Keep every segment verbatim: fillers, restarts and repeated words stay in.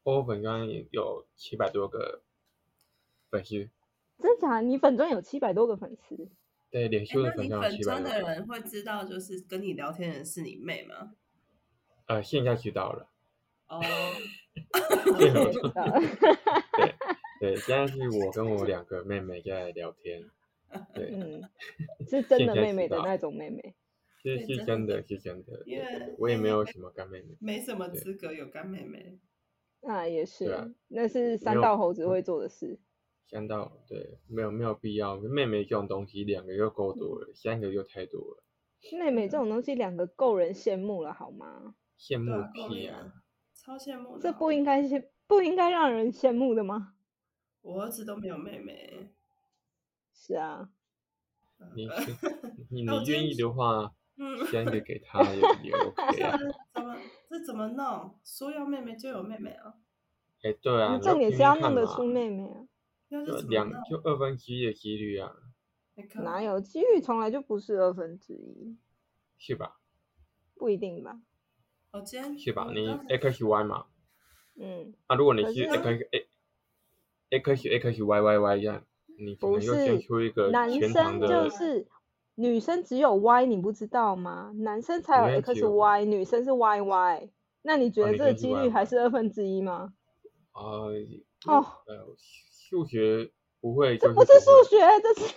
我粉专有七百多个粉丝。 真假？你粉专有七百多个粉丝？ 对，脸书的粉专专有七百多个。那你粉专的人会知道，就是跟你聊天的人是你妹吗？ 呃，现在知道了。 哦， 现在知道了。 对对，现在是我跟我两个妹妹在聊天。对， 嗯，是真的妹妹的那种妹妹。 是是真的，是真的。 因为我也没有什么干妹妹， 没什么资格有干妹妹。 啊，也是， 啊、 那是三道猴子会做的事。 三道对，没有没有必要。妹妹这种东西，两个就够多了，三个就太多了。 妹妹这种东西，两个够人羡慕了，好吗？ 羡慕屁啊！ 超羡慕的。 这不应该是不应该让人羡慕的吗？ 我儿子都没有妹妹。 是啊。 你是你你愿意的话，三个给他也也 OK 啊。 怎么这怎么弄？说要妹妹就有妹妹啊？ 哎，对啊， 重点是要弄得出妹妹啊。 就两就二分之一的几率啊。 哪有几率从来就不是二分之一？ 是吧？ 不一定吧？ 我今天是吧？你 X Y 嘛？ 嗯。 啊，如果你是 X X X Y Y Y 这样，你可能又先出一个全堂的。 男生就是女生只有 Y， 你不知道吗？男生才有 X Y， 女生是 Y Y。那你觉得这个几率还是二分之一吗？ 啊、呃，哦，呃，数学不会， 这不是数学，这是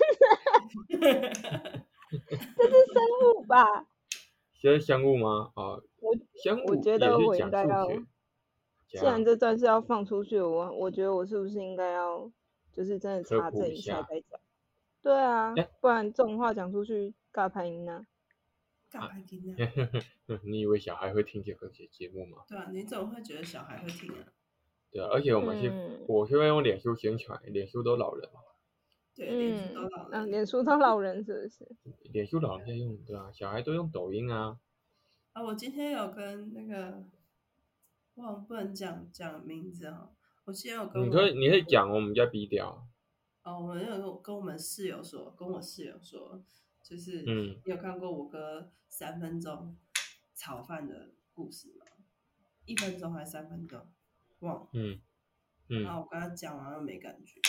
这是生物吧？ 这是生物吗？啊、呃， 我生我觉得我应该要，既然这段是要放出去，我我觉得我是不是应该要，就是真的查证一下再讲？对啊，不然这种话讲出去，尬拍音啊。 尬拍音啊！ 你以为小孩会听这个节目吗？ 对啊，你怎么会觉得小孩会听啊？ 对啊，而且我们是，嗯、我是会用脸书宣传，脸书都老人。 对，脸书都老人。 啊，脸书都老人是不是？ 脸书老人在用，对啊，小孩都用抖音啊。 啊，我今天有跟那个，忘不能讲讲名字啊。我今天有跟你可以，你可以讲，我们家逼掉。 哦，我有跟我们室友说，跟我室友说，就是，嗯，你有看过我哥三分钟炒饭的故事吗？一分钟还是三分钟？忘了。 嗯嗯。 然后我跟他讲完又没感觉。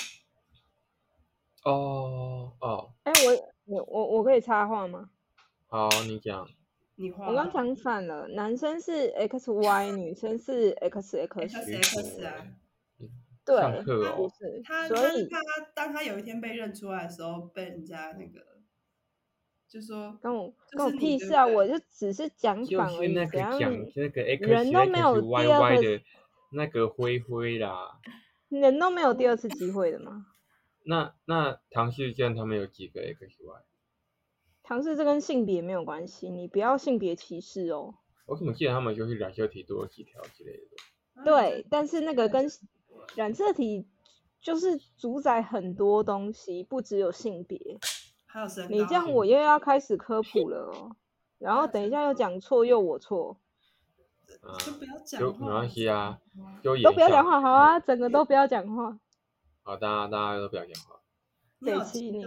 哦哦。 哎、欸，我我我我可以插话吗？ 好，你讲。 你画。 我刚讲反了，男生是 X Y， 女生是 X X。 X X 啊。 对， 上课哦。 他所以他当他有一天被认出来的时候，被人家那个就说跟我跟我屁事啊！我就只是讲反而已， 就是那个讲那个 X 人都没有第二的那个灰灰啦， 人都没有第二次机会的吗？ 那那唐氏症他们有几个 X Y？ 唐氏这跟性别没有关系，你不要性别歧视哦。 我怎么记得他们就是染色体多了几条之类的？ 对，但是那个跟染色体就是主宰很多东西，不只有性别。 还有身高。 你这样我又要开始科普了哦，然后等一下又讲错又我错。 啊， 就不要讲话， 没关系啊，就都不要讲话，好啊，整个都不要讲话。 好，大家大家都不要讲话。 北七你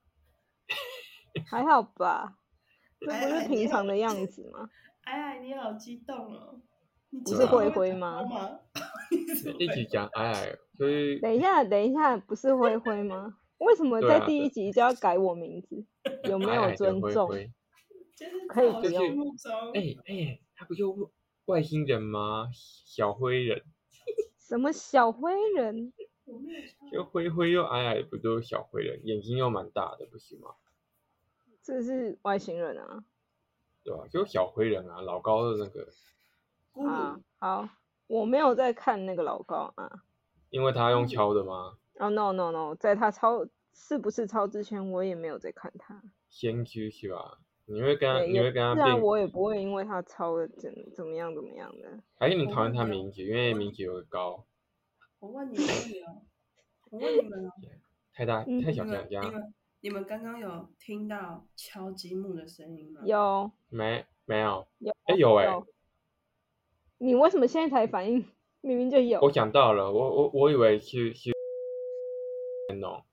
还好吧？这不是平常的样子吗？ 哎哎，你好激动哦！ 不是灰灰吗？ 一起讲哎哎，所以等一下等一下，不是灰灰吗？为什么在第一集就要改我名字？有没有尊重？可以不用。 哎哎，他不就外星人吗？小灰人。 什么小灰人？ 就灰灰又矮矮，不都是小灰人？眼睛又蛮大的，不是吗？ 这是外星人啊。 对吧、啊？就小灰人啊，老高的那个。 啊，好，我没有在看那个老高啊。 因为他用敲的吗？ 哦、oh, no no no， 在他抄是不是抄之前，我也没有在看他。 先驱是吧？你会跟他，你会跟他变？我也不会因为他抄的怎怎么样怎么样的。 还是你讨厌他名字，因为名字有个高。 我问你，我问你哦，我问你们哦， 太大太小声， 你们你们刚刚有听到敲积木的声音吗？ 有。 没没有？ 有。 哎、欸、有哎、 欸。你为什么现在才反应？明明就有。 我想到了，我我我以为是是弄。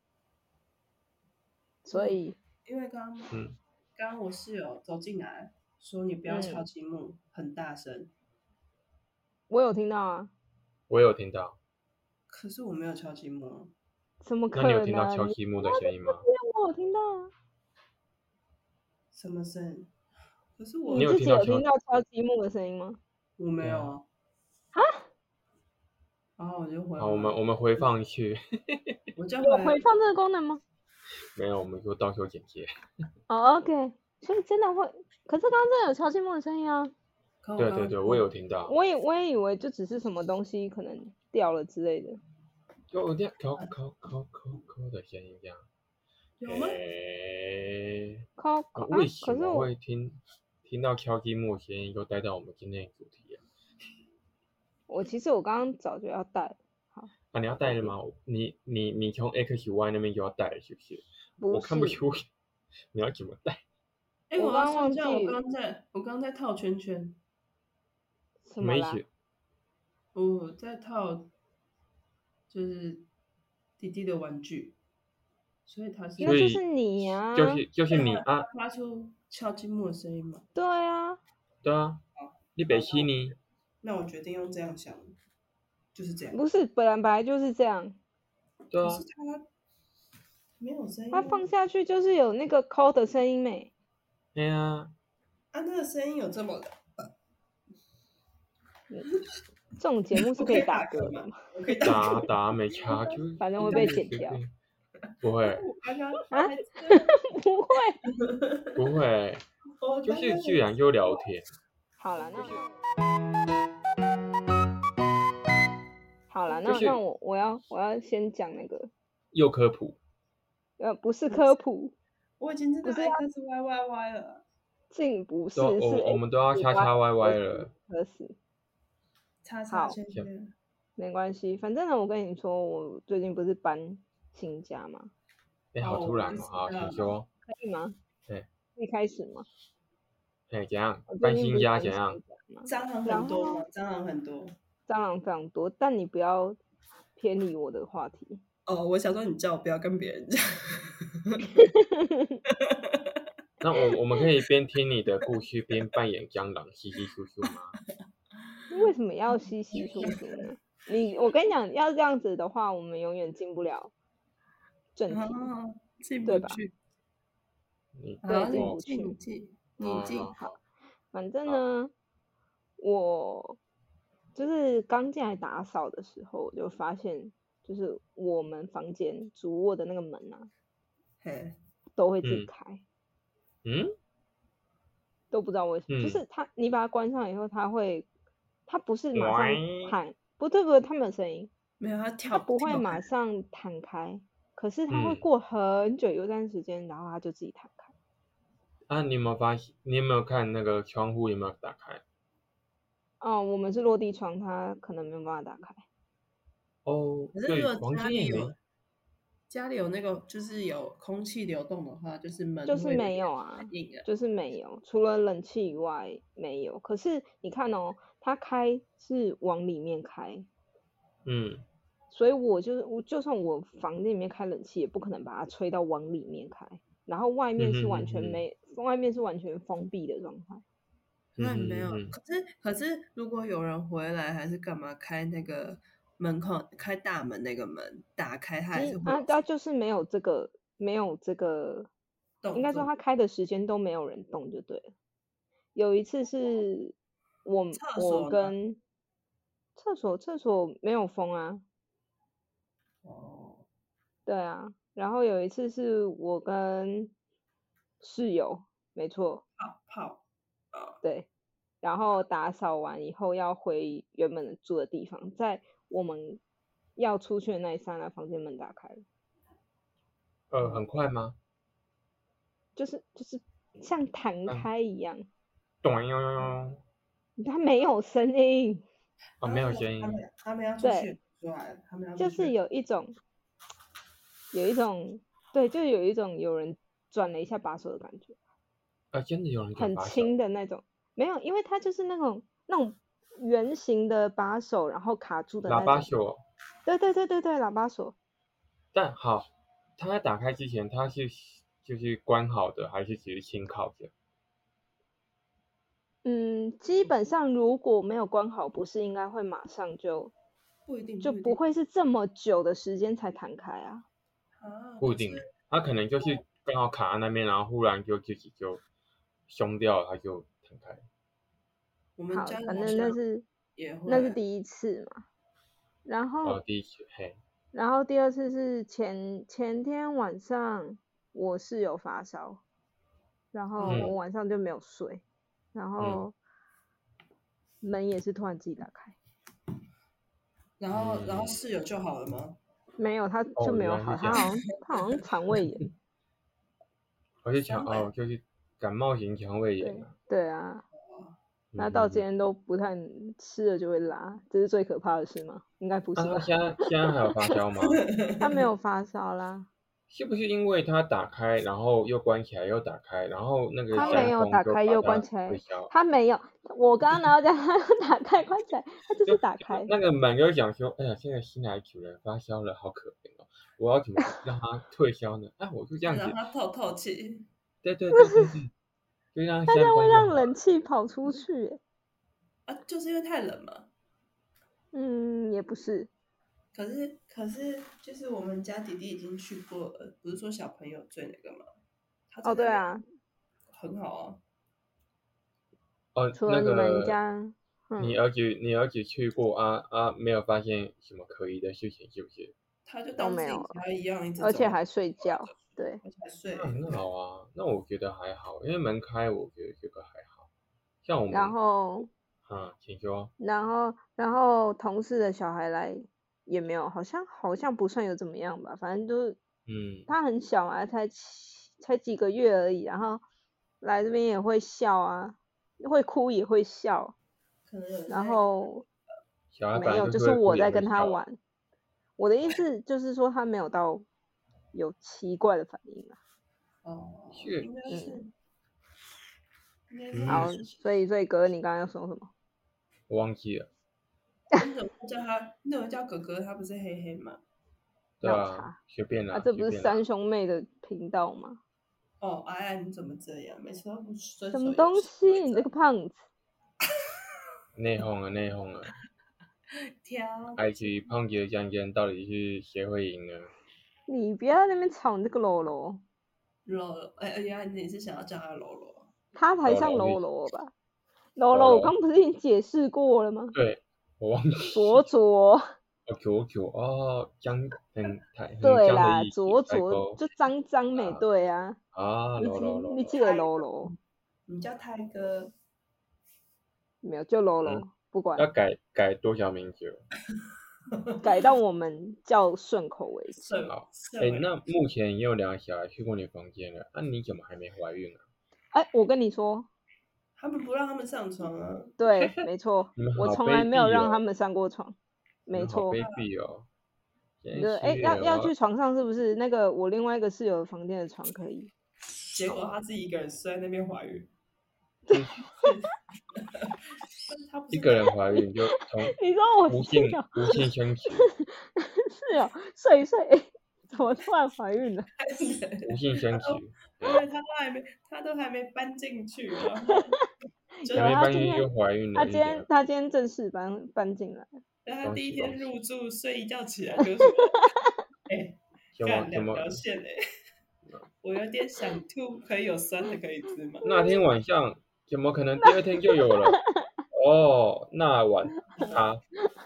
所以， 因为刚刚嗯，刚刚我室友走进来说你不要敲积木，嗯、很大声。 我有听到啊。 我有听到。 可是我没有敲积木。 怎么可能？ 那你有听到敲积木的声音吗？ 我有听到啊。 什么声音？可是我你自己有听到敲积木的声音吗？ 我没有啊。 啊？ 然后我就回。 好，我们我们回放一次。 我叫有回放这个功能吗？ 没有，我们就到时候剪接。 哦 ，OK， 所以真的会，可是刚刚真的有敲积木的声音啊。 对对对，我有听到。 我也我也以为就只是什么东西可能掉了之类的。 就有点敲敲敲敲敲的声音这样。 有吗？ 敲敲。 为什么会听听到敲积木的声音，就带到我们今天的主题啊？ 我其实我刚刚早就要带。好。 啊，你要带了吗？你你你从 X Y 那边就要带了，是不是？ 不是。 我看不出你要怎么带。 哎、欸，我刚忘记，我刚在，我刚在套圈圈。 什么啦？ 我在套，就是弟弟的玩具，所以他是。 那就是你呀、啊。 就是就是你啊。 发出敲积木的声音嘛。 对啊。 对啊。你北西你。 那我决定用这样想，就是这样。 不是，本来本来就是这样。 对啊。 可是他没有声音。 他放下去就是有那个抠的声音没？ 对啊。 啊，那个声音有这么的。 嗯，这种节目是可以打歌的吗？ 打打没差就。 反正会被剪掉。 不会。 啊？不会。 不会。就是居然就聊天。 好了，那。好了，那、 就是、 那我我要我要先讲那个。 又科普。 呃，不是科普。 我已经知道艾克斯 Y Y Y 了。 竟不是， 是我我们都要叉叉 Y Y 了。 可是。 叉叉圈圈。 没关系，反正呢，我跟你说，我最近不是搬新家吗？ 哎、欸，好突然哦！好，请说。 可以吗？ 对。 可以开始吗？ 哎、欸，怎样？搬新家怎样？ 蟑螂很多吗？蟑螂很多。 蟑螂非常多，但你不要偏离我的话题。 哦，我想说你叫我不要跟别人讲。 那我我们可以边听你的故事边扮演蟑螂稀稀疏疏吗？ 为什么要稀稀疏疏呢？你我跟你讲，要这样子的话，我们永远进不了正题， 哦、进对吧？对，进不去。 你进，你进。 好，反正呢，我就是刚进来打扫的时候，我就发现，就是我们房间主卧的那个门啊， 嘿， 都会自己开。 嗯。 都不知道为什么，嗯、就是它，你把它关上以后，它会，它不是马上弹，不对不对，它没有声音， 没有它跳， 它不会马上弹开，可是它会过很久有段时间，嗯、然后它就自己弹开。 啊，你有没有发现？你有没有看那个窗户有没有打开？ 哦，我们是落地窗，它可能没有办法打开。 哦， 可是如果家里有家里有那个就是有空气流动的话，就是门就是没有啊，就是没有，除了冷气以外没有。可是你看哦，它开是往里面开， 嗯， 所以我就是我，就算我房间里面开冷气，也不可能把它吹到往里面开，然后外面是完全没，嗯、哼哼哼外面是完全封闭的状态。 那没有，可是可是如果有人回来还是干嘛开那个。门口开大门那个门打开，它还是会啊，它就是没有这个没有这个，应该说它开的时间都没有人动就对了。有一次是我我跟厕所厕所没有风啊， 哦， 对啊，然后有一次是我跟室友，没错， 泡泡， 哦，对，然后打扫完以后要回原本住的地方，在我们要出去的那一刹那，房间门打开了。 呃，很快吗？ 就是就是像弹开一样。 咚喲喲喲。 它没有声音。 哦，没有声音。 他们要出去出来，他们要就是有一种，有一种，对，就有一种有人转了一下把手的感觉。 啊，真的有人转把手。 很轻的那种，没有，因为它就是那种那种圆形的把手，然后卡住的那种。 喇叭锁。 对对对对对，喇叭锁。 但好，它在打开之前，它是就是关好的，还是只是轻靠着？ 嗯，基本上如果没有关好，不是应该会马上就不一定， 就不会是这么久的时间才弹开啊。 不一定，他可能就是刚好卡在那边，然后忽然就自己就凶掉了，他就弹开。 我们家反正那是那是第一次嘛，然后、 哦、第一次嘿， 然后第二次是前前天晚上我室友发烧，然后我晚上就没有睡，嗯、然后门也是突然自己打开。 然后，然后室友就好了吗？ 没有，他就没有好，哦、他好像他好像肠胃炎。 我是肠哦，就是感冒型肠胃炎、 啊。对, 对啊，那到今天都不太吃了就会拉，这是最可怕的事吗？应该不是吧？ 啊、现在现在还有发烧吗？ 他没有发烧啦。 是不是因为他打开，然后又关起来，又打开，然后那个他没有打开又关起来，他没有。我刚刚拿到家，他又打开关起来，他就是打开。 那个门就讲说，哎呀，现在新来主人发烧了，好可怜哦，我要怎么让他退烧呢？啊，我就这样子， 让他透透气。 对对对对对，就让他这样会让冷气跑出去。 啊，就是因为太冷嘛。 嗯，也不是。 可是，可是，就是我们家弟弟已经去过了，不是说小朋友最那个吗？ 哦，对啊， 很好啊。 哦， 除了你们家， 那個嗯、你儿子，你儿子去过啊啊，没有发现什么可疑的事情，是不是？ 他就当自己家一样，一直而且还睡觉，对， 而且还睡。 那很好啊，那我觉得还好，因为门开，我觉得这个还好。像我们， 然后， 嗯，请说。 然后，然后同事的小孩来。也没有，好像好像不算有怎么样吧，反正就是， 嗯， 他很小嘛，才才几个月而已，然后来这边也会笑啊，会哭也会笑，然后没有，就是我在跟他玩。我的意思就是说他没有到有奇怪的反应啊。 哦， 是， 嗯， 好，所以所以哥，你刚刚要说什么？ 我忘记了。 你怎么叫他？你怎么叫哥哥？他不是黑黑吗？ 对啊，随便啦。 啊，这不是三兄妹的频道吗？ 哦，哎呀，你怎么这样？每次都不遵守。 什么东西？你这个胖子！ 内讧了，内讧了。 挑。 I G 胖姐的将军到底是谁会赢呢？ 你不要在那边吵你这个喽喽。 喽喽，哎，原来你是想要叫他喽喽。 他才像喽喽吧？喽喽，我刚不是已经解释过了吗？ 对。我忘记左左， 哦，左左哦，脏很太对啦，左左就脏脏美对啊。 啊， 你你记得喽喽？ 你叫泰哥？ 没有，就喽喽，不管。 要改改多少名字？ 改到我们叫顺口为止。 好，哎，那目前也有两个小孩去过你房间了，那你怎么还没怀孕啊？ 哎，我跟你说。 他们不让他们上床啊！ 对，没错，我从来没有让他们上过床，没错。 卑鄙哦！ 对，哎，要要去床上是不是？那个我另外一个室友房间的床可以。 结果他自己一个人睡在那边怀孕。 一个人怀孕就从你说我无性无性生殖。 是哦，睡一睡，哎，怎么突然怀孕了？ 无性生殖。 因为他都还没，他都还没搬进去，然后还没搬进去就怀孕了。 他今天他今天正式搬搬进来。 他第一天入住，睡一觉起来就说：“哎，干两条线哎，我有点想吐，可以有酸的可以吃吗？” 那天晚上怎么可能第二天就有了？哦，那晚他。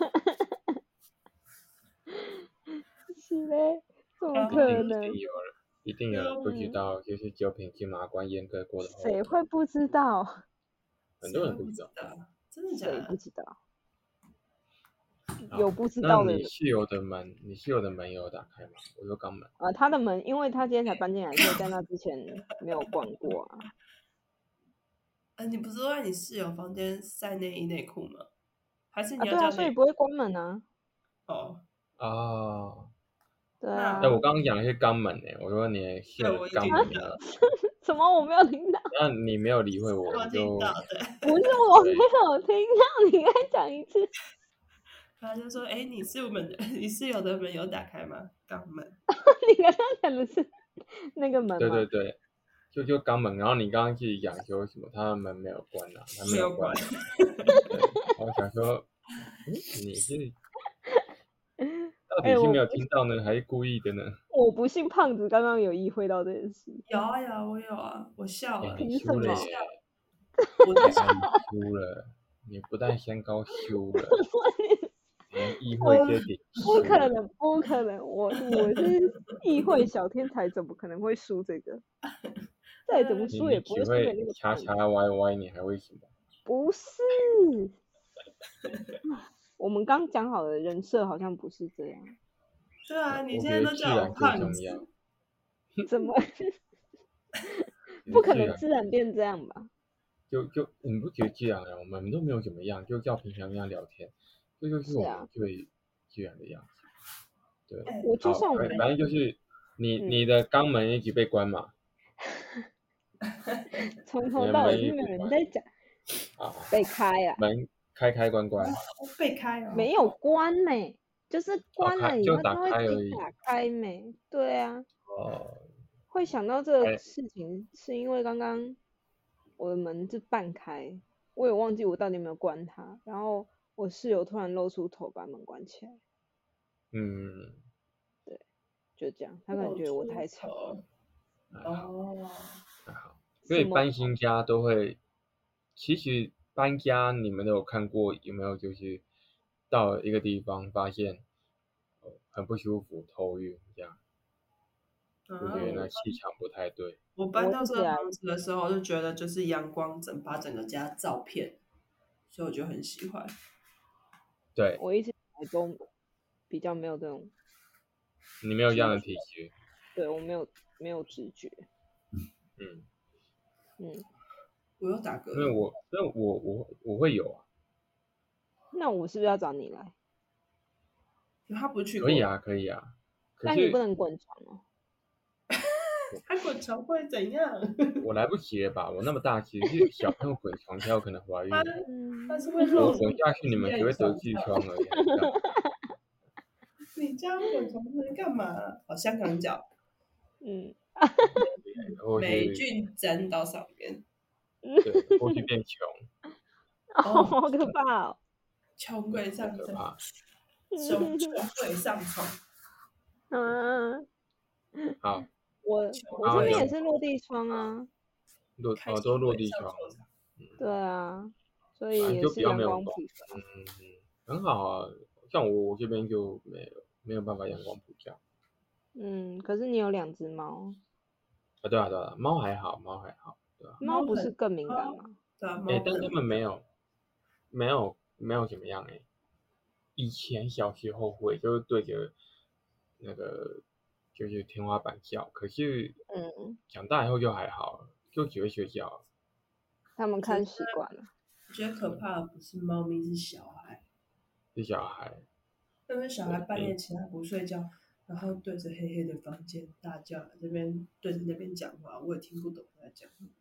是嘞，怎么可能？ 一定有了，一定有人不知道，就是九品芝麻官阉割过的后。 谁会不知道？ 很多人不知道， 真的假的？ 谁不知道？有不知道的人。 那你室友的门，你室友的门有打开吗？我说肛门。 啊，他的门，因为他今天才搬进来，所以在那之前没有关过啊。 啊，你不是在你室友房间晒内衣内裤吗？还是你要啊？对啊，所以不会关门啊。 哦。 哦。 对啊。 哎，我刚刚讲的是肛门诶，我说你室友的肛门没有。 什么？我没有听到。 那你没有理会我， 我就。 不是我没有听到，你再讲一次。 他就说：“哎，你室友门，你室友的门有打开吗？肛门。” 你刚刚讲的是那个门吗？ 对对对，就就肛门。然后你刚刚自己讲说什么？他的门没有关啊，他没有关。对，我想说，嗯，你是到底是没有听到呢，还是故意的呢？ 我不信胖子刚刚有意会到这件事。 有啊有啊，我有啊，我笑了。 你输了耶！ 我在笑。 你输了，你不但先高输了，连议会这点不可能，不可能，我我是议会小天才，怎么可能会输这个？再怎么输也不会输给那个叉叉歪歪，你还会什么？ 不是，我们刚讲好的人设好像不是这样。 对啊，你现在都叫我胖子， 怎么？不可能自然变这样吧？ 就就你不觉得自然啊？我们都没有怎么样，就叫平常那样聊天，这就是我们最自然的样子。对， 我就算我反正就是你、嗯、你的肛门一直被关嘛， 从头到尾就没有人在讲啊， 被开啊， 门开开关关， 被开哦， 没有关呢、欸，就是关了以后它会自己打开没？对啊， 哦， 会想到这个事情是因为刚刚我的门是半开，我也忘记我到底有没有关它，然后我室友突然露出头把门关起来， 嗯， 对，就这样，他可能觉得我太吵了。 哦， 还好，所以搬新家都会，其实搬家你们都有看过有没有？就是到一个地方发现、呃、很不舒服、头晕这样，我觉得那气场不太对。 我搬到这个房子的时候，就觉得就是阳光整把整个家照遍，所以我就很喜欢。 对， 我一直都比较没有这种， 你没有这样的体质。 对，我没有没有直觉。 嗯嗯， 我有打嗝。 因为我，因为我我我会有啊。 那我是不是要找你来？ 他不去过。可以啊，可以啊。 但你不能滚床哦。 他滚床会怎样？ 我来不及了吧？我那么大，其实小朋友滚床跳可能怀孕。 他是会漏。 我滚下去，你们只会得痔疮而已。 你这样滚床能干嘛？哦，香港脚。 嗯。 霉菌粘到上面。 对，或许变穷。 哦，好可怕哦！ 穷鬼上身。穷穷鬼上床。 嗯。 好。 我我这边也是落地窗啊。 落哦，都落地窗。 对啊，所以也是阳光普照。 嗯嗯嗯，很好啊。像我我这边就没有没有办法阳光普照。 嗯，可是你有两只猫。 啊，对啊对啊，猫还好，猫还好，对啊。 猫不是更敏感吗？ 对啊， 哎，但他们没有没有没有怎么样哎、欸。以前小时候会就是对着那个就是天花板叫，可是嗯，长大以后就还好了，就只会睡觉。 他们看习惯了。 我觉得可怕的不是猫咪，是小孩。 是小孩。 因为小孩半夜起来不睡觉，然后对着黑黑的房间大叫，这边对着那边讲话，我也听不懂他在讲什么。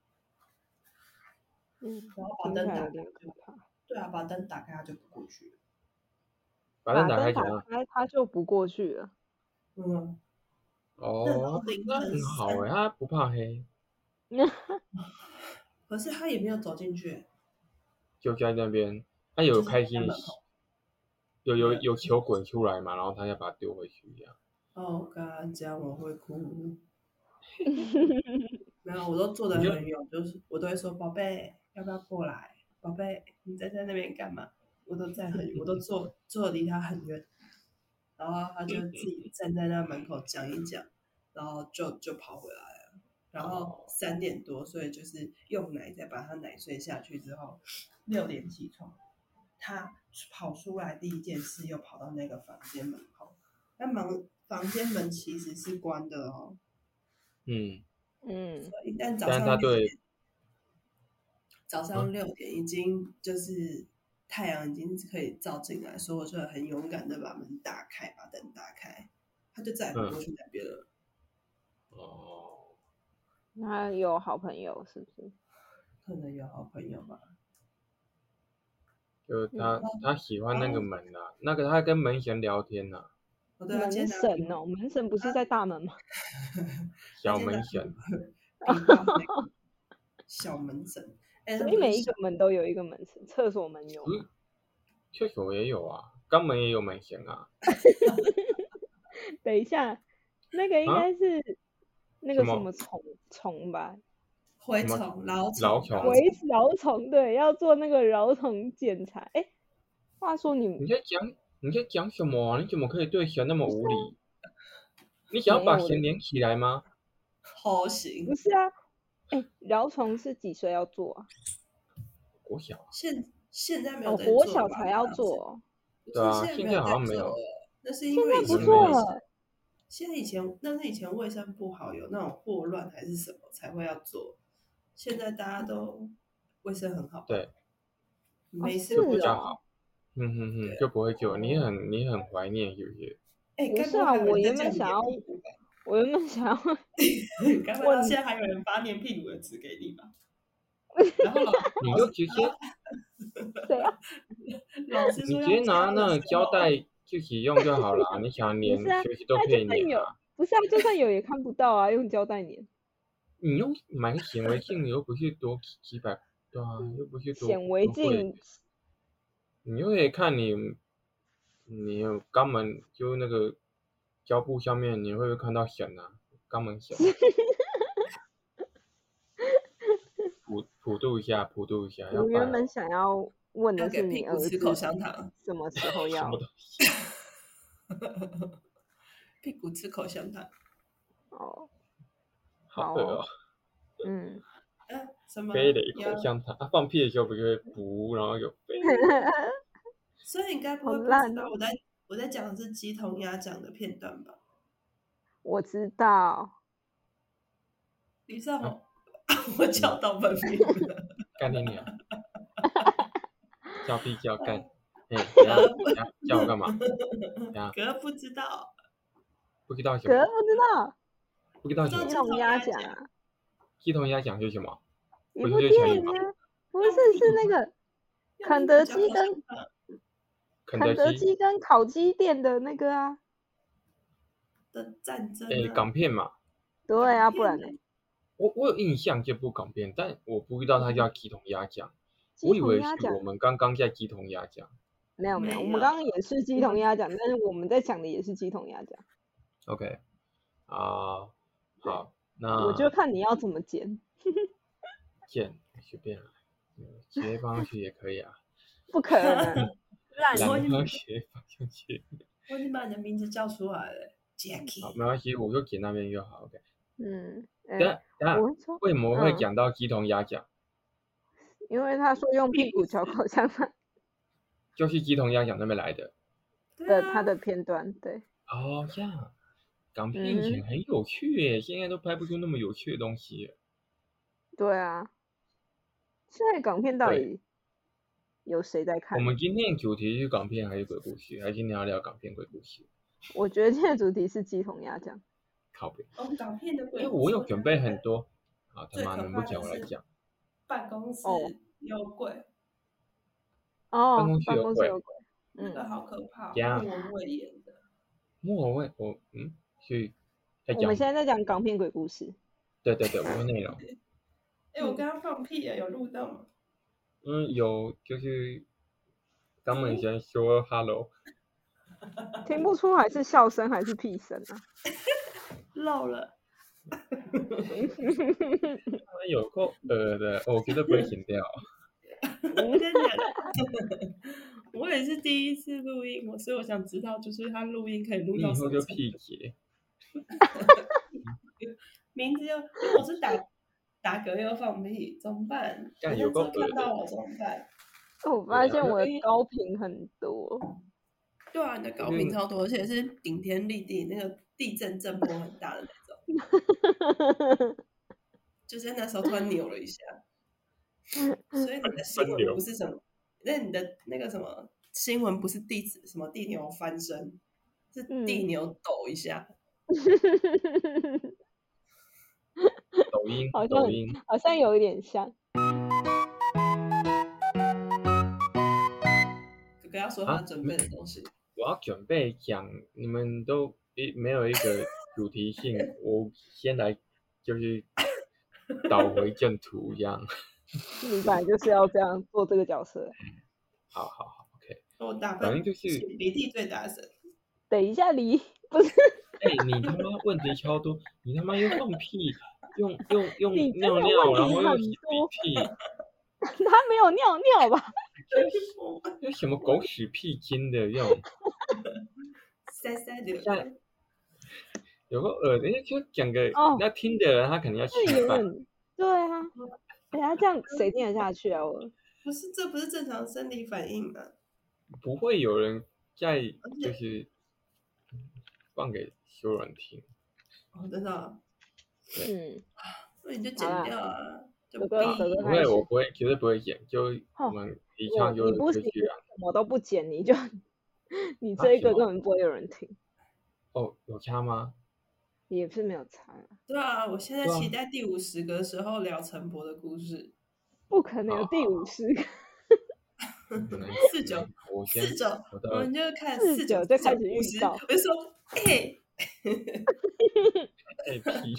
嗯， 然后把灯打开，对啊，把灯打开他就不过去了。 把灯打开， 打开他就不过去了。 嗯。 哦，那很好哎、欸，他不怕黑。 可是他也没有走进去， 就在那边，他有开心，有有有球滚出来嘛，然后他要把它丢回去一样。 哦，干，这样我会哭。没有，我都坐得很远，就是我都会说宝贝，要不要过来？宝贝，你在在那边干嘛？我都在很，我都坐坐离他很远，然后他就自己站在那门口讲一讲，然后就就跑回来了。然后三点多，所以就是用奶再把他奶睡下去之后，六点起床，他跑出来第一件事又跑到那个房间门口，那门房间门其实是关的哦。 嗯嗯， 所以但早上六点，早上六点已经就是太阳已经可以照进来，所以我就很勇敢的把门打开，把灯打开，他就再也不过去那边了。 嗯、哦， 他有好朋友是不是？ 可能有好朋友吧。 就他、嗯、他喜欢那个门啊，那个他跟门神聊天呐、啊。 门神哦，门神不是在大门吗？ 小门神。 小门神。 所以每一个门都有一个门神，厕所门有吗？ 厕所也有啊，肛门也有门神啊。 等一下，那个应该是、啊、那个什么虫虫吧？ 蛔虫、蛲虫、 蛔蛲虫，对，要做那个蛲虫检查。哎，话说你你在讲你在讲什么啊？你怎么可以对神那么无理？你想要把神连起来吗？ 好行， 不是啊，哎，蛲虫是几岁要做啊？ 国小。 现现在没有哦，国小才要做。 对啊，现在好像没有。 那是因为以前不做了。 现在以前那是以前卫生不好，有那种霍乱还是什么才会要做。现在大家都卫生很好， 对， 没事就比较好。嗯哼哼，就不会做。你很你很怀念有些。 哎， 不是啊，我原本想要，我原本想要该不会到现在还有人发粘屁股的纸给你吧？然后老你就直接谁啊？ 老师说你直接拿那个胶带自己用就好了。你想粘，随时都可以粘啊。 不是啊，就算有也看不到啊，用胶带粘。 你用买显微镜又不是多几百，对啊，又不是多显微镜， 你又可以看你，你有肛门就那个胶布上面，你会不会看到癣啊？肛门癣。普普度一下，普度一下。 我原本想要问的是你儿子吃口香糖什么时候要？ 什么东西？ 屁股吃口香糖。 哦， 好饿哦。 嗯。 啊，什么？ 飞的口香糖，啊，放屁的时候不就会噗，然后有飞。 所以你应该不会不知道我在我在讲的是鸡同鸭讲的片段吧？ 我知道。 你知道吗？我叫到本名了。 干你娘！叫屁叫干！哎，叫我干嘛？ 哥不知道。 不知道什么？ 哥不知道。 不知道什么？ 鸡同鸭讲啊。 鸡同鸭讲是什么？ 一部电影啊，不是是那个肯德基跟肯德基跟烤鸡店的那个啊的战争。 哎，港片嘛。 对啊，不然呢？ 我我有印象这部港片，但我不知道它叫鸡同鸭讲，我以为是我们刚刚在鸡同鸭讲。 没有没有，我们刚刚也是鸡同鸭讲，但是我们在讲的也是鸡同鸭讲。 OK， 啊，好，那我就看你要怎么剪。 剪随便啊，直接放上去也可以啊。 不可能， 然后学放上去。 我已经把你的名字叫出来了 ，Jackie。 好，没关系，我就剪那边就好 ，OK。 嗯， 等下等下，为什么会讲到鸡同鸭讲？ 因为他说用屁股嚼口香糖， 就是鸡同鸭讲那边来的。 的他的片段，对。 哦，这样，港片以前很有趣耶，现在都拍不出那么有趣的东西。 对啊。现在港片到底有谁在看？ 我们今天的主题是港片还是鬼故事？还是今天要聊港片鬼故事？ 我觉得今天的主题是鸡同鸭讲。 靠北。 哦，港片的鬼故事。 因为我有准备很多。好，他妈能不讲我来讲。 办公室有鬼。 哦， 办公室有鬼。 那个好可怕。莫文蔚演的。 莫文蔚，我嗯，去。 我们现在在讲港片鬼故事。 对对对，我的内容。 哎，我刚刚放屁啊，有录到吗？ 嗯，有，就是肛门先说 hello。 听不出来是笑声还是屁声啊？ 漏了。 有够恶的，我绝对不会剪掉。 真的，我也是第一次录音，我所以我想知道，就是他录音可以录到什么程度。 你以后就屁结。 名字又，我是打打嗝又放屁，怎么办？ 有够看到我怎么办？ 我发现我的高频很多。 对啊，你的高频超多，而且是顶天立地，那个地震震波很大的那种。就是那时候突然扭了一下，所以你的新闻不是什么，那你的那个什么新闻不是地什么地牛翻身，是地牛抖一下。 抖音， 好像抖音好像有一点像。 哥哥要说他准备的东西。 啊、我要准备讲，你们都一没有一个主题性，我先来就是导回正途这样。 你本来就是要这样做这个角色。 好好好 ，OK。 我打反正就是鼻涕最大声。 等一下，离不是。 哎、 你他妈问题超多，你他妈又放屁，用用用你尿尿，然后又擤鼻涕。 他没有尿尿吧？ 有什么狗屎屁精的这种， 塞塞的， 有个耳的就讲个， 哦， 那听的人他肯定要气愤。对啊，哎呀，这样谁听得下去啊？我不是，这不是正常生理反应吗？ 不会有人在就是放给所有人听。 哦，真的。 嗯， 那你就剪掉啊。 哥哥，哥哥， 不会，我不会，绝对不会剪，就我们一唱就就去啊。 什么都不剪，你就你这一个根本不会有人听。 哦，有差吗？ 也是没有差。 对啊，我现在期待第五十个时候聊陈伯的故事。 不可能有第五十个。 四九，四九，我们就看四九就开始预告， 我就说，哎， 哎屁！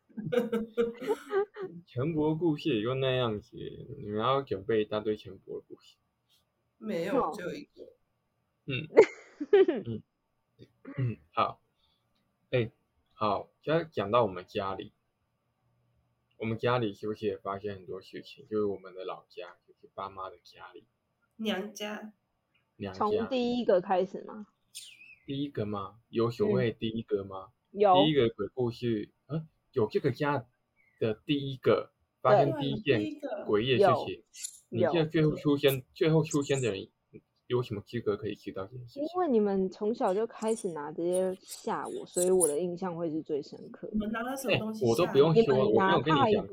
陈伯故事也就那样子，你们要准备一大堆陈伯的故事。 没有，只有一个。 嗯嗯嗯，好。哎，好，现在讲到我们家里，我们家里是不是也发现很多事情？就是我们的老家，就是爸妈的家里。 娘家。 娘家。 从第一个开始吗？ 第一个吗？有所谓第一个吗？ 嗯、有。 第一个鬼故事，啊，有这个家的第一个发生第一件诡异的事情。你这最后出现、最后出现的人，有什么资格可以知道这件事情？ 因为你们从小就开始拿这些吓我，所以我的印象会是最深刻。 你们拿了什么东西、 欸？我都不用说，我没有跟你讲。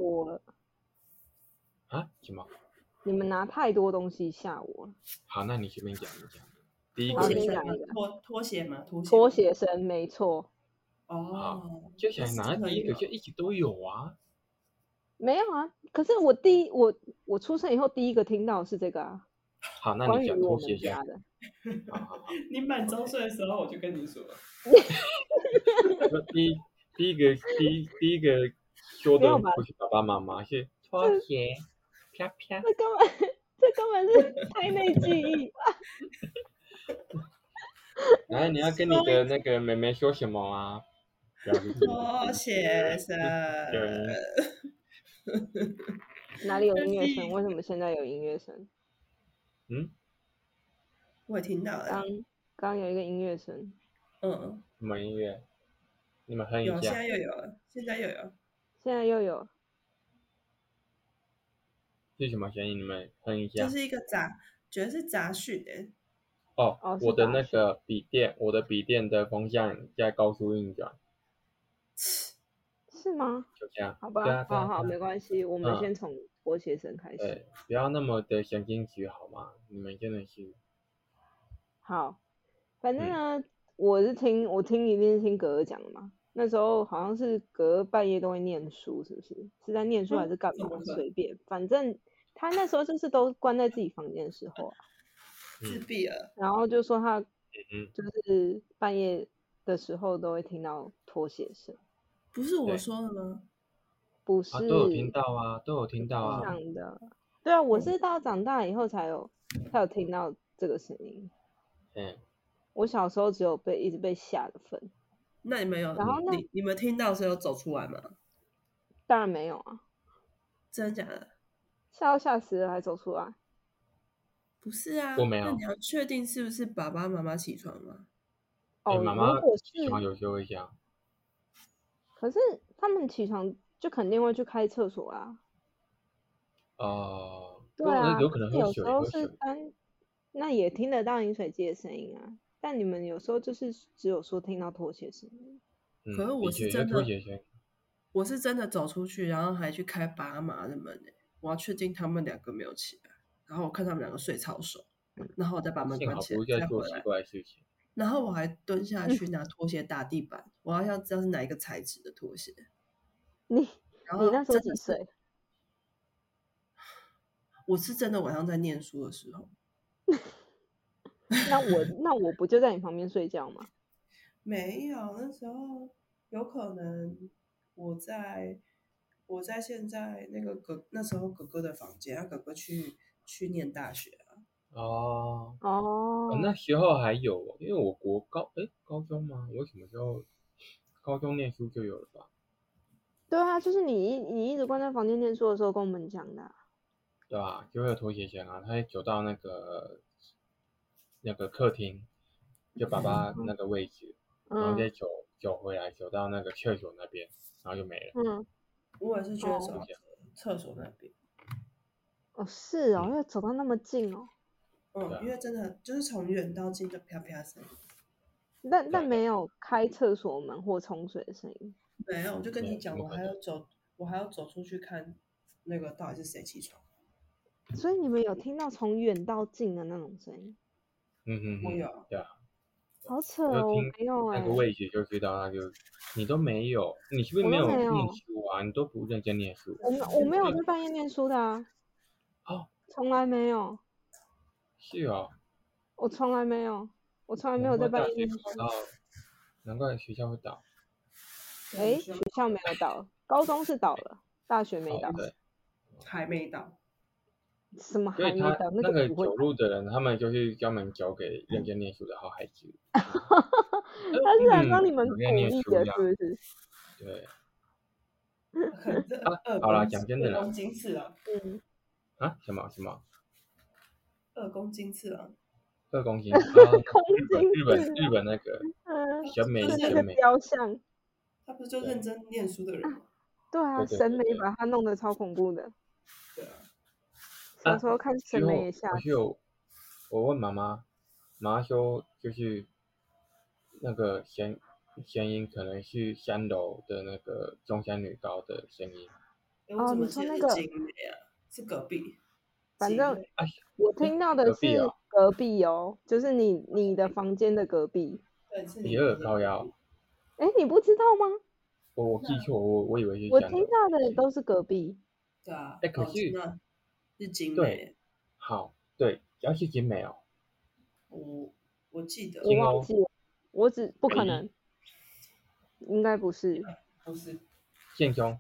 啊？什么？ 你们拿太多东西吓我了。 好，那你随便讲一讲。第一个先讲一个拖拖鞋嘛，拖鞋。 拖鞋声，没错。 哦， 就想拿第一个就一直都有啊。 没有啊，可是我第一我我出生以后第一个听到是这个啊。 好，那你讲拖鞋声的。 你满周岁的时候我就跟你说。 第一第一个第第一个说的不是爸爸妈妈，是拖鞋啪啪。 这根本这根本是胎内记忆。 来，你要跟你的那个妹妹说什么啊？ 拖鞋声。 哪里有音乐声？为什么现在有音乐声？ 嗯，我也听到了。 刚刚有一个音乐声。 嗯。 什么音乐？你们哼一下。 有，现在又有了，现在又有。 现在又有。 是什么声音？你们哼一下。 就是一个杂，觉得是杂讯的。 哦，哦我的那个笔电，我的笔电的风向在高速运转。 是吗？ 就这样。 好吧， 啊、 好好，没关系，我们先从拖鞋声开始。 对，不要那么的神经质好吗？你们真的是。 好，反正呢，嗯、我是听我听一定是听格格讲的嘛。那时候好像是格格半夜都会念书，是不是？是在念书还是干嘛？随、嗯、便，反正他那时候就是都关在自己房间的时候啊， 自闭了。 然后就说他就是半夜的时候都会听到拖鞋声。 不是我说的吗？ 不是、 啊，都有听到啊，都有听到啊。 讲的，对啊，我是到长大以后才有才有听到这个声音。 嗯， 我小时候只有被一直被吓的份。 那你们有？然后呢？你你们听到是有走出来吗？ 当然没有啊。 真的假的？ 吓到吓死了还走出来？ 不是啊， 我没有。 那你要确定是不是爸爸妈妈起床吗？ 哦， 妈妈起床有时候会这样。 可是他们起床就肯定会去开厕所啊。 哦、呃， 对啊， 有可能有时候是单，那也听得到饮水机的声音啊。但你们有时候就是只有说听到拖鞋声音。 嗯、 可是我是真的，我是真的走出去，然后还去开爸妈的门、欸、我要确定他们两个没有起来，然后我看他们两个睡超熟，然后我再把门关起来，再回来。然后我还蹲下去拿拖鞋打地板，嗯、我要要知道是哪一个材质的拖鞋。 你你那时候几岁？ 我是真的晚上在念书的时候。 那我那我不就在你旁边睡觉吗？ 没有，那时候有可能我在我在现在那个哥那时候哥哥的房间，哥哥去去念大学啊。 哦哦， 那时候还有，因为我国高哎高中吗？我什么时候高中念书就有了吧？ 对啊，就是你一你一直关在房间念书的时候跟我们讲的、啊。 对啊，就会有拖鞋声啊，他走到那个那个客厅，就爸爸那个位置，嗯、然后再走走回来，走到那个厕所那边，然后就没了。 嗯， 我也是觉得走到厕所那边。 哦，是哦，因为走到那么近哦。 嗯，因为真的就是从远到近就啪啪声。 但但没有开厕所门或冲水的声音。 没有，我就跟你讲，我还要走，我还要走出去看那个到底是谁起床。 所以你们有听到从远到近的那种声音？ 嗯嗯嗯， 我有。 对啊。 好扯哦，我没有哎、 欸。那个位置就知道，那就你都没有，你是不是没有念书啊？你都不认真念书。 我没我没有在半夜念书的啊。 哦， 从来没有。 是哦。 我从来没有，我从来没有在半夜念书。 难怪学校会倒。 哎、欸，学校没有倒，高中是倒了，大学没倒。 哦、对， 还没倒。 什么还没倒？ 那个走路的人，他们就是专门交给认真念书的好孩子。 他是来帮你们鼓励的，是不是？ 对。 啊， 好啦，讲真的啦。 二公斤次郎。 嗯。 啊？什么什么？ 二公斤次郎。 二公斤。 二公斤。 日本日本那个审美审美雕像。 他不是就认真念书的人吗？ 对啊，审美把他弄得超恐怖的。 对啊。 小时候看审美也吓死。 我有，我问妈妈，妈妈说就是那个声声音可能是三楼的那个中山女高的声音。 哦，你说那个是隔壁。 反正我听到的是隔壁哦，就是你你的房间的隔壁。 对，是你二高腰。 哎，你不知道吗？ 我我记错，我我以为是。 我听到的都是隔壁。 对啊。 哎，可是是景美。 对，好，对，要是景美哦。 我我记得。 我忘记了，我只不可能，应该不是。 不是。 建中。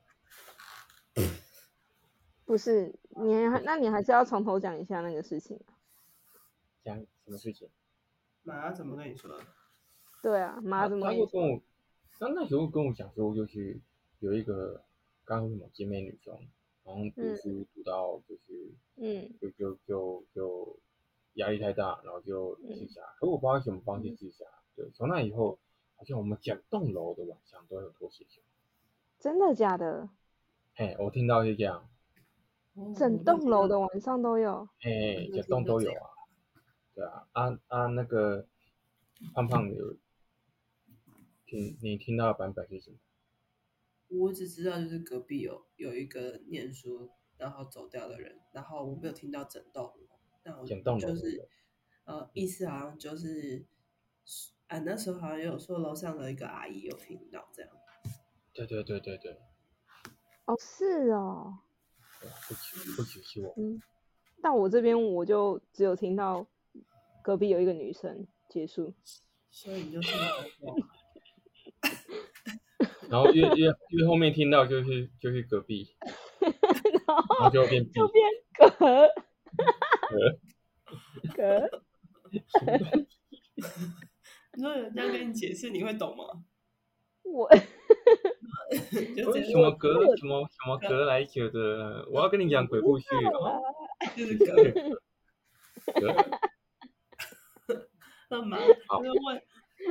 不是，你还那你还是要从头讲一下那个事情。 讲什么事情？ 妈怎么跟你说的？ 对啊，妈怎么跟你说？ 他跟我，他那时候跟我讲说，就是有一个刚刚什么姐妹女生，然后读书读到就是， 嗯， 就就就就压力太大，然后就自杀。嗯、可我不知道什么方式自杀。嗯、对，从那以后，好像我们整栋楼的晚上都有拖鞋声。 真的假的？ 嘿，我听到是这样。 整栋楼的晚上都有。 嘿，整栋都有啊。对啊，啊啊那个胖胖的有听你听到的版本是什么？ 我只知道就是隔壁有有一个念书然后走掉的人，然后我没有听到整栋楼，但我就是呃意思好像就是啊那时候好像有说楼上的一个阿姨有听到这样。 对对对对对。 哦，是哦。 不只不只是我。 嗯，但我这边我就只有听到隔壁有一个女生结束。 所以你就是然后越越越后面听到就是就是隔壁， 然后然后就变就变隔隔隔。 你说人家跟你解释你会懂吗？ 我为什么隔什么什么隔来久的？我要跟你讲鬼故事啊！ 就是隔隔。 干嘛？就是问。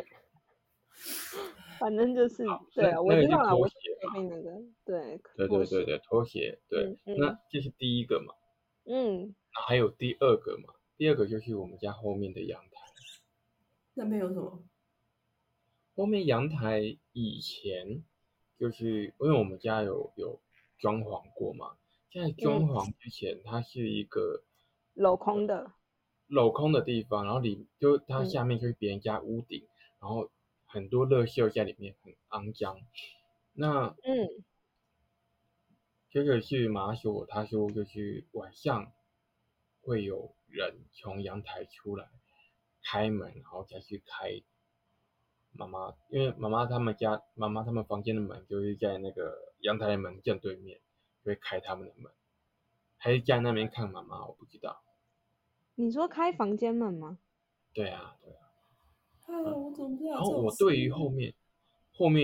反正就是对啊，我知道了，我隔壁那个对对对对对拖鞋对，那这是第一个嘛。 嗯。 那还有第二个嘛？第二个就是我们家后面的阳台。 那边有什么？ 后面阳台以前就是因为我们家有有装潢过嘛，在装潢之前，它是一个镂空的镂空的地方，然后里就它下面就是别人家屋顶，然后很多垃圾在里面，很肮脏。那嗯， 这个是马所他说就是晚上会有人从阳台出来开门，然后再去开妈妈，因为妈妈他们家妈妈他们房间的门就是在那个阳台的门正对面，就会开他们的门，还是在那边看妈妈，我不知道。 你说开房间门吗？ 对啊，对啊。 啊，我怎么知道？ 然后我对于后面后面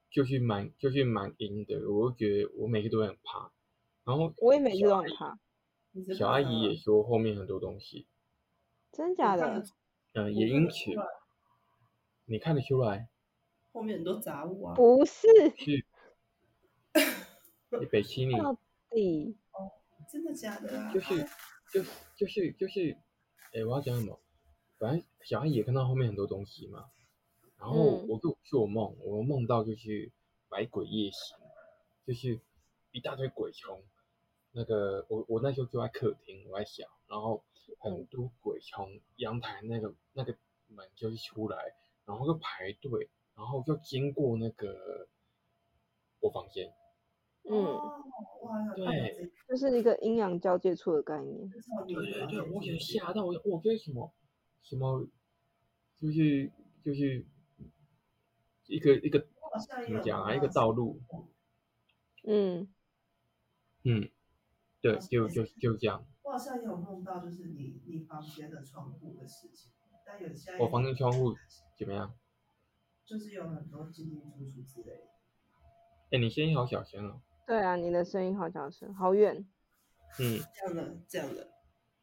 就是蛮就是蛮阴的，我就觉得我每次都会很怕。然后我也每次都很怕。 小阿姨也说后面很多东西。 真假的？ 嗯，也因此，你看得出来？ 后面很多杂物啊。 不是。 是。你北七你。 到底？ 哦，真的假的啊？ 就是就是就是就是，哎，我要讲什么？反正小阿姨也看到后面很多东西嘛。然后我就做梦，我梦到就是百鬼夜行，就是一大堆鬼从那个我我那时候就在客厅，我在想，然后很多鬼从阳台那个那个门就是出来，然后就排队，然后就经过那个我房间。 嗯， 对， 就是一个阴阳交界处的概念。 对对对，我给吓到我，我觉得什么什么，就是就是一个一个怎么讲啊，一个道路。 嗯嗯，对，就就就这样。 我好像也有梦到，就是你你房间的窗户的事情，但有些我房间窗户怎么样？ 就是有很多进进出出之类的。 哎，你声音好小声哦。 对啊，你的声音好小声，好远。 嗯， 这样的，这样的，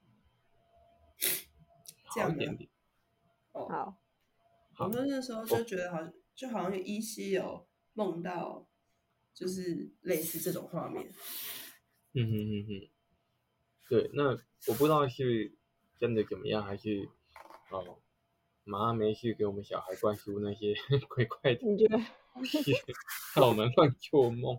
好一点点。 哦， 好。 我们那时候就觉得好像，就好像依稀有梦到，就是类似这种画面。 嗯哼哼哼，对，那我不知道是真的怎么样，还是哦，妈没事给我们小孩灌输那些怪怪的你觉得？ 让我们乱做梦。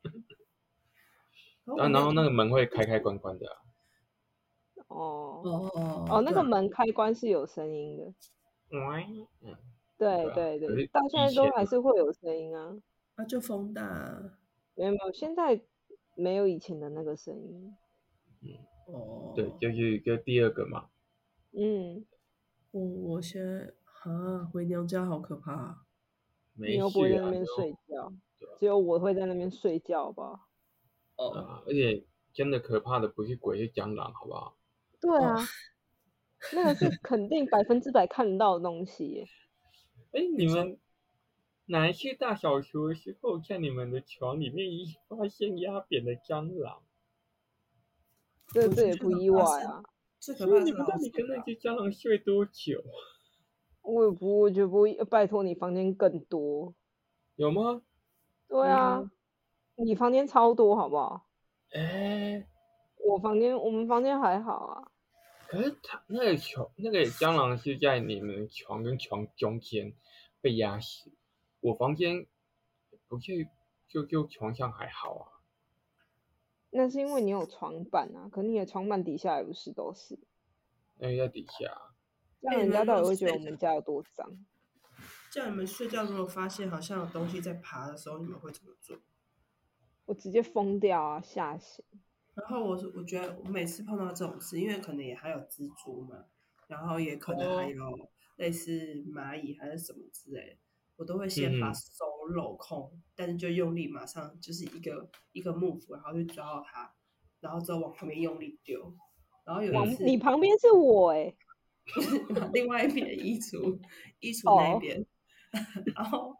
啊，然后那个门会开开关关的啊。 哦哦哦，那个门开关是有声音的。 嗯， 对对对，到现在都还是会有声音啊。 那就风大啊。 没有没有，现在没有以前的那个声音。 嗯，哦，对，就是就第二个嘛。 嗯， 我我现在啊，回娘家好可怕啊。 你又不会在那边睡觉，只有我会在那边睡觉吧。 哦，而且真的可怕的不是鬼，是蟑螂，好不好？ 对啊，那个是肯定百分之百看得到的东西耶。 哎，你们哪一次大扫除的时候，在你们的床里面发现压扁的蟑螂？ 这这也不意外啊。 所以你不知道你跟那只蟑螂睡多久？ 我也不，我觉得不会。拜托你房间更多。 有吗？ 对啊，你房间超多，好不好？ 哎， 我房间，我们房间还好啊。 可是它那个床，那个蟑螂是在你们床跟床中间被压死。我房间不是就就床上还好啊。 那是因为你有床板啊，可你的床板底下也不是都是。 那在底下。 这样人家到底会觉得我们家有多脏？ 叫你们睡觉，如果发现好像有东西在爬的时候，你们会怎么做？ 我直接疯掉啊，吓醒。 然后我我觉得我每次碰到这种事，因为可能也还有蜘蛛嘛，然后也可能还有类似蚂蚁还是什么之类的，我都会先把手镂空，嗯、但是就用力马上就是一个一个 move，然后去抓到它，然后之后往旁边用力丢。然后有一次， 你旁边是我哎、 欸，另外一边衣橱衣橱那一边， oh. 然后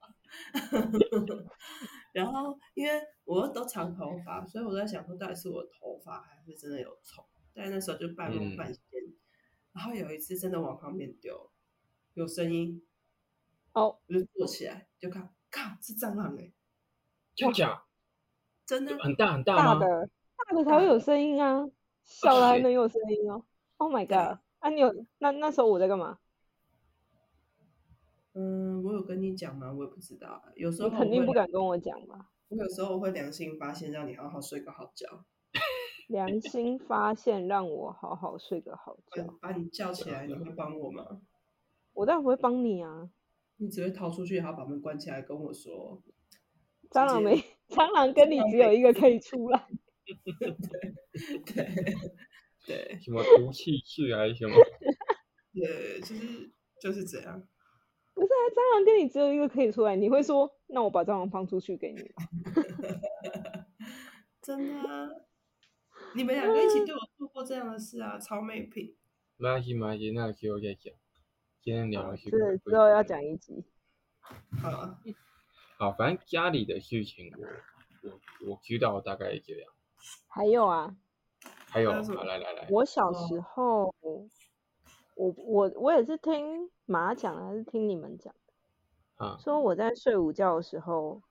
然后因为我都长头发，所以我在想说到底是我的头发还是真的有虫，但那时候就半梦半醒、嗯、然后有一次真的往旁边丢，有声音哦， oh. 我就坐起来就看，靠，是蟑螂哎、欸， 真假？ 真的很大很大吗？大的大的才会有声音啊，小的还能有声音哦。Oh my god！ 啊，你有那那时候我在干嘛？ 嗯，我有跟你讲吗？我也不知道，有时候你肯定不敢跟我讲吧？ 我有时候我会良心发现，让你好好睡个好觉。 良心发现，让我好好睡个好觉。 把你叫起来，你会帮我吗？ 我当然不会帮你啊！ 你只会逃出去，然后把门关起来，跟我说。 蟑螂没，蟑螂跟你只有一个可以出来。 对对对， 什么毒气室还是什么？ 对，就是就是这样。 不是啊，蟑螂跟你只有一个可以出来，你会说那我把蟑螂放出去给你真的啊？你们两个一起对我做过这样的事啊，超美品。 没关系没关系，那个之后再讲。今天聊的是这之后要讲一集。 好啊。 好，反正家里的事情我我我知道大概这样。 还有啊， 还有，好来来来， 我小时候，哦、我我我也是听妈讲的，还是听你们讲的？啊，说我在睡午觉的时候，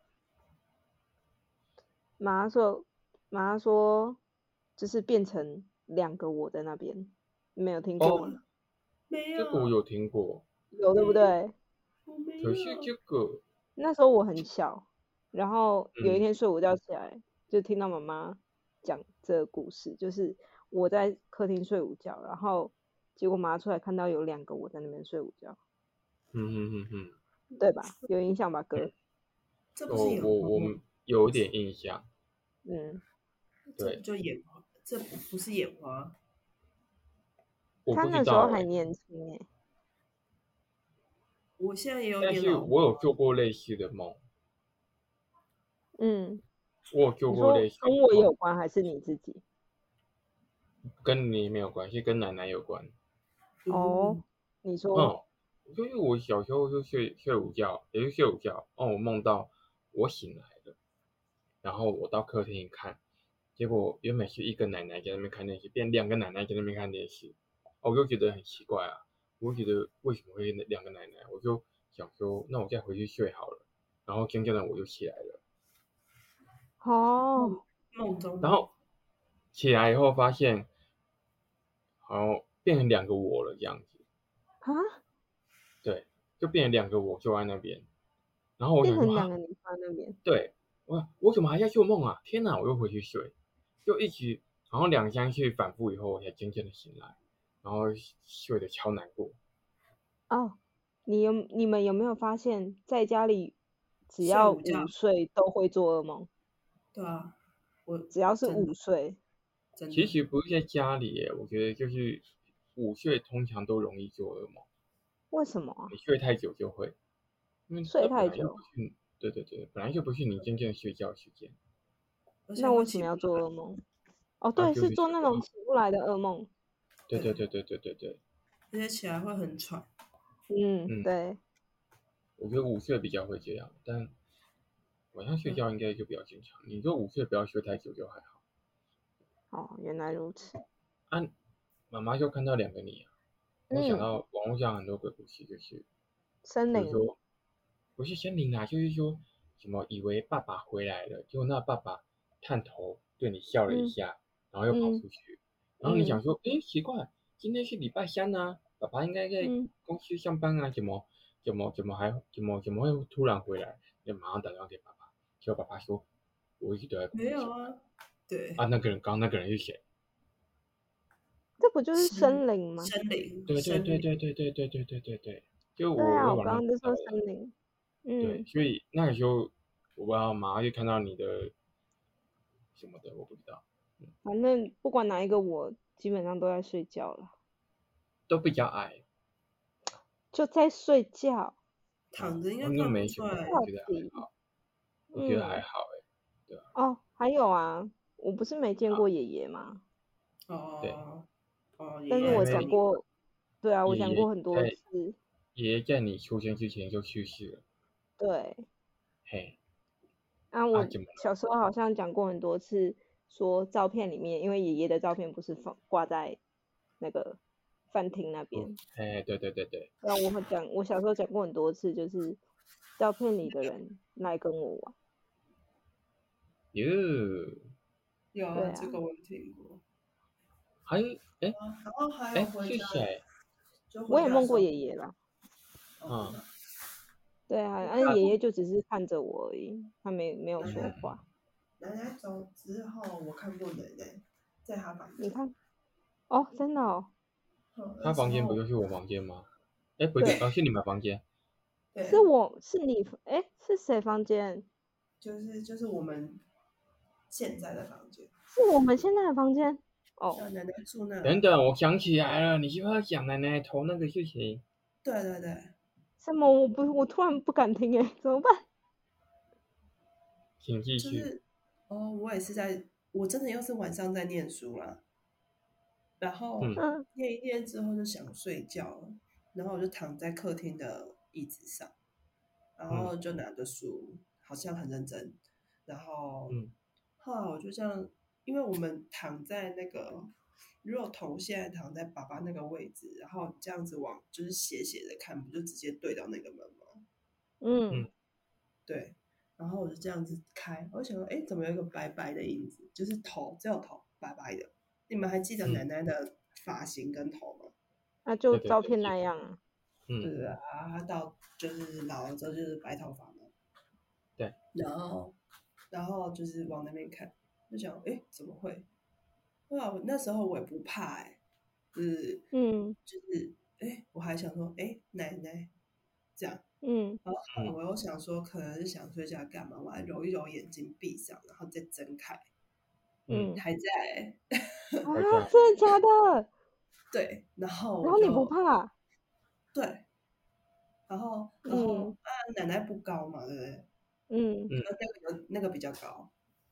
妈说妈说就是变成两个我在那边，你没有听过吗？ 哦、没有， 这个我有听过， 有对不对？ 可是这个那时候我很小，然后有一天睡午觉起来，嗯、就听到妈妈讲这个故事，就是我在客厅睡午觉，然后结果妈出来看到有两个我在那边睡午觉。 嗯哼哼哼， 对吧？有印象吧，哥？ 这不是我我我有点印象。 嗯， 对，就眼花，这不是眼花。 他那时候还年轻哎。 我现在也有点，但是我有做过类似的梦。 嗯， 我有做过类似的梦。跟我有关还是你自己？ 跟你没有关系，跟奶奶有关。 哦，你说？ 嗯，就是我小时候就睡睡午觉，也是睡午觉，哦，我梦到我醒来了，然后我到客厅一看，结果原本是一个奶奶在那边看电视，变两个奶奶在那边看电视，我就觉得很奇怪啊，我就觉得为什么会两个奶奶，我就想说，那我再回去睡好了，然后渐渐的我就起来了。 哦， 梦中， 然后起来以后发现，好像变成两个我了这样子。 啊？ 对，就变成两个我坐在那边，然后我想说， 变成两个你放在那边。 对，我我怎么还在做梦啊？天哪！我又回去睡，就一直好像两三次反复以后，我才渐渐的醒来，然后睡得超难过。 哦，你有你们有没有发现，在家里只要午睡都会做噩梦？ 对啊，我只要是午睡， 其实不是在家里耶，我觉得就是午睡通常都容易做噩梦。 为什么啊？ 你睡太久就会，因为睡太久。 对对对，本来就不是你真正睡觉时间。 那为什么要做噩梦？哦，对，是做那种起不来的噩梦。 对对对对对对对。 而且起来会很喘。 嗯，对。 我觉得午睡比较会这样，但晚上睡觉应该就比较经常。你说午睡不要睡太久就还好。 哦，原来如此。 啊，妈妈就看到两个你啊，我想到网络上很多鬼故事，就是森林， 比如说不是森林啊，就是说什么以为爸爸回来了，结果那爸爸探头对你笑了一下，然后又跑出去，然后你想说，哎，奇怪，今天是礼拜三啊，爸爸应该在公司上班啊，怎么怎么怎么还怎么怎么会突然回来？就马上打电话给爸爸，结果爸爸说，我一直都在公司。 没有啊，对啊，那个人刚刚那个人是谁？ 这不就是森林吗？ 森林， 对对对对对对对对对对对，就我对啊， 我我刚刚就说森林。 嗯，对，所以那个时候我不知道马上就看到你的什么的，我不知道。 反正不管哪一个，我基本上都在睡觉了。 都比较矮。 就在睡觉。 躺着应该看不出来。我觉得还好。我觉得还好哎，对吧？ 哦，还有啊，我不是没见过爷爷吗？ 哦， 对， 哦， 但是我讲过，对啊，我讲过很多次。 爷爷在你出生之前就去世了。 对。 嘿。 啊，我小时候好像讲过很多次，说照片里面，因为爷爷的照片不是放挂在那个饭厅那边。 哎，对对对对。 然后我讲，我小时候讲过很多次，就是照片里的人来跟我玩。 哟。 有啊，这个我听过。 还哎， 然后还有回家， 我也梦过爷爷啦。 嗯。 对啊，但爷爷就只是看着我而已，他没没有说话。 奶奶走之后，我看过奶奶在他房间。 你看，哦，真的哦。 他房间不就是我房间吗？哎，不对，哦，是你们房间。 是我是你哎，是谁房间？ 就是就是我们现在的房间。 是我们现在的房间。哦。 奶奶住那。 等等，我想起来了，你是不是要讲奶奶头那个事情？ 对对对。 什么？我不，我突然不敢听哎，怎么办？ 请继续。 就是哦，我也是在，我真的又是晚上在念书啦，然后念一念之后就想睡觉了，然后我就躺在客厅的椅子上，然后就拿着书， 好像很认真，然后， 嗯， 后来我就这样，因为我们躺在那个，如果头现在躺在爸爸那个位置，然后这样子往就是斜斜的看，不就直接对到那个门吗？ 嗯， 对，然后我就这样子开，我想说，哎，怎么有一个白白的影子？就是头，只有头白白的。你们还记得奶奶的发型跟头吗？ 那就照片那样啊。 嗯， 对啊，她到就是老了之后就是白头发嘛。 对。 然后，然后就是往那边看，就想，哎，怎么会？哇，那时候我也不怕哎、欸，就是， 嗯， 就是，哎，我还想说，哎，奶奶，这样。 嗯， 然后我又想说，可能是想睡觉干嘛？我还揉一揉眼睛，闭上，然后再睁开。 嗯， 还在、欸。 啊，真的假的？ 对，然后然后你不怕？ 对，然后然后、嗯、啊，奶奶不高嘛，对不对？ 嗯， 那那个那个比较高。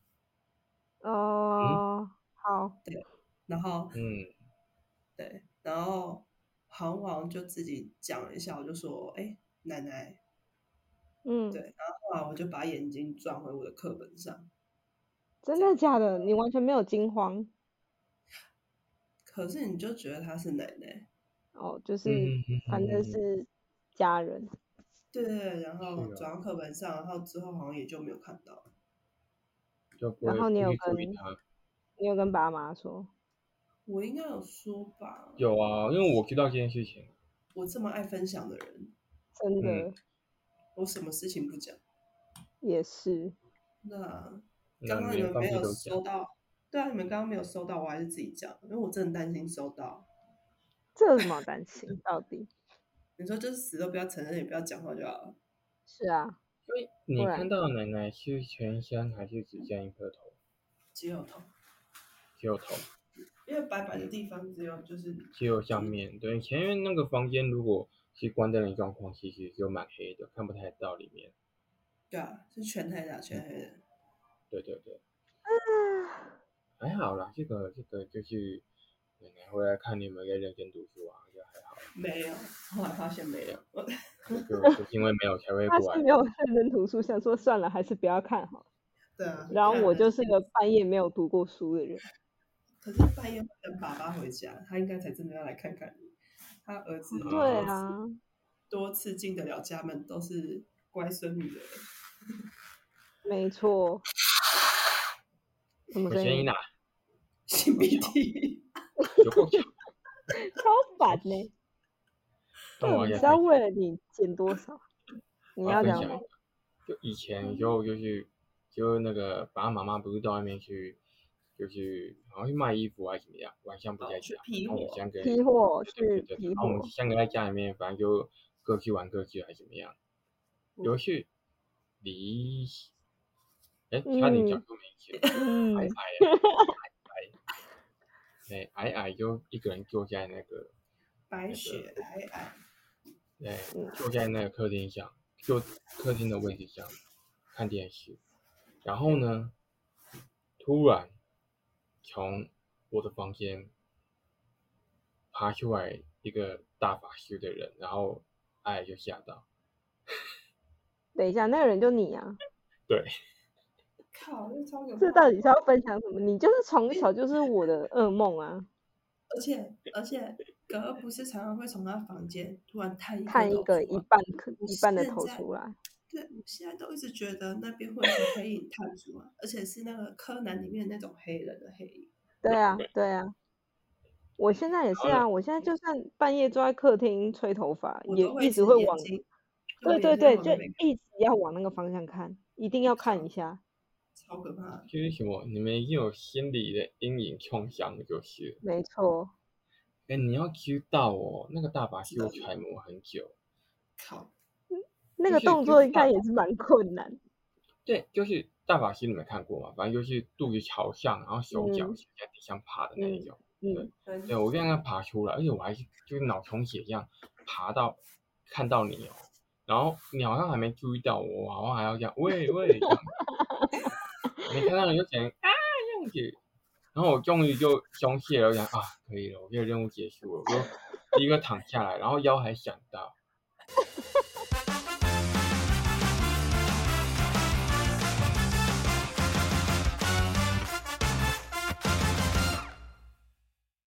哦，好。 对，然后嗯， 对，然后好像就自己讲了一下，我就说，哎，奶奶。 嗯， 对，然后后来我就把眼睛转回我的课本上。 真的假的？你完全没有惊慌？ 可是你就觉得她是奶奶。 哦，就是反正是家人。 对对对，然后转到课本上，然后之后好像也就没有看到。 就不然后你有跟你有跟爸妈说？ 我应该有说吧。 有啊，因为我知道这件事情。 我这么爱分享的人， 真的。 嗯、 我什么事情不讲？ 也是。 那刚刚你们没有收到？对啊，你们刚刚没有收到，我还是自己讲，因为我真的担心收到。 这有什么担心？到底？ 你说就是死都不要承认，也不要讲话就好了。 是啊。 所以你看到的奶奶是全身还是只见一颗头？ 只有头。 只有头。 因为白白的地方只有就是只有上面。对，前面那个房间如果是关灯的状况，其实就蛮黑的，看不太到里面。 对啊，是全黑的，全黑的。 对对对。还好啦，这个这个就是奶奶回来看你们在认真读书啊，就还好。 没有，后来发现没有。 就就是因为没有才会过来。 发现没有认真读书，想说算了，还是不要看好。 对啊。 然后我就是个半夜没有读过书的人。 可是半夜等爸爸回家，他应该才真的要来看看你。他儿子对啊， 多次进得了家门，都是乖孙女的。 没错。什么声音？ 擤鼻涕。 有够巧。 超烦呢、欸。到底是要为了你减多少？你要讲什么？ 就以前就就是就那个爸爸妈妈不是到外面去，就是好像去卖衣服还是怎么样，晚上不在家，然后我们三个批货去批货，然后我们三个在家里面，反正就各去玩各去还是怎么样。有一次离，哎，差点讲错名字，矮矮矮矮，矮矮就一个人坐在那个白雪皑皑， 对，坐在那个客厅上，就客厅的位置上看电视，然后呢，突然从我的房间爬出来一个大法师的人，然后哎就吓到。 等一下，那个人就你啊？ 对。 靠，这超可怕！ 这到底是要分享什么？你就是从小就是我的噩梦啊！ 而且而且，哥哥不是常常会从他房间突然探一探一个一半一半的头出来。 对，我现在都一直觉得那边会有黑影探出来，而且是那个柯南里面那种黑人的黑影。 对啊，对啊。我现在也是啊，我现在就算半夜坐在客厅吹头发，也一直会往。对对对，就一直要往那个方向看，一定要看一下。 超可怕！ 就是什么，你们已经有心理的阴影创伤，就是。 没错。 哎，你要知道哦，那个大法师我揣摩很久。 靠。 那个动作应该也是蛮困难。 对，就是大法师你们看过吗？反正就是肚子朝上，然后手脚是在地上爬的那一种。 嗯。 对，对我刚刚爬出来，而且我还是就是脑充血这样爬到看到你哦。然后你好像还没注意到我，我好像还要这样喂喂这样没看到你就讲啊这样子，然后我终于就松懈了，我想啊可以了，我这个任务结束了，我就立刻躺下来，然后腰还想到，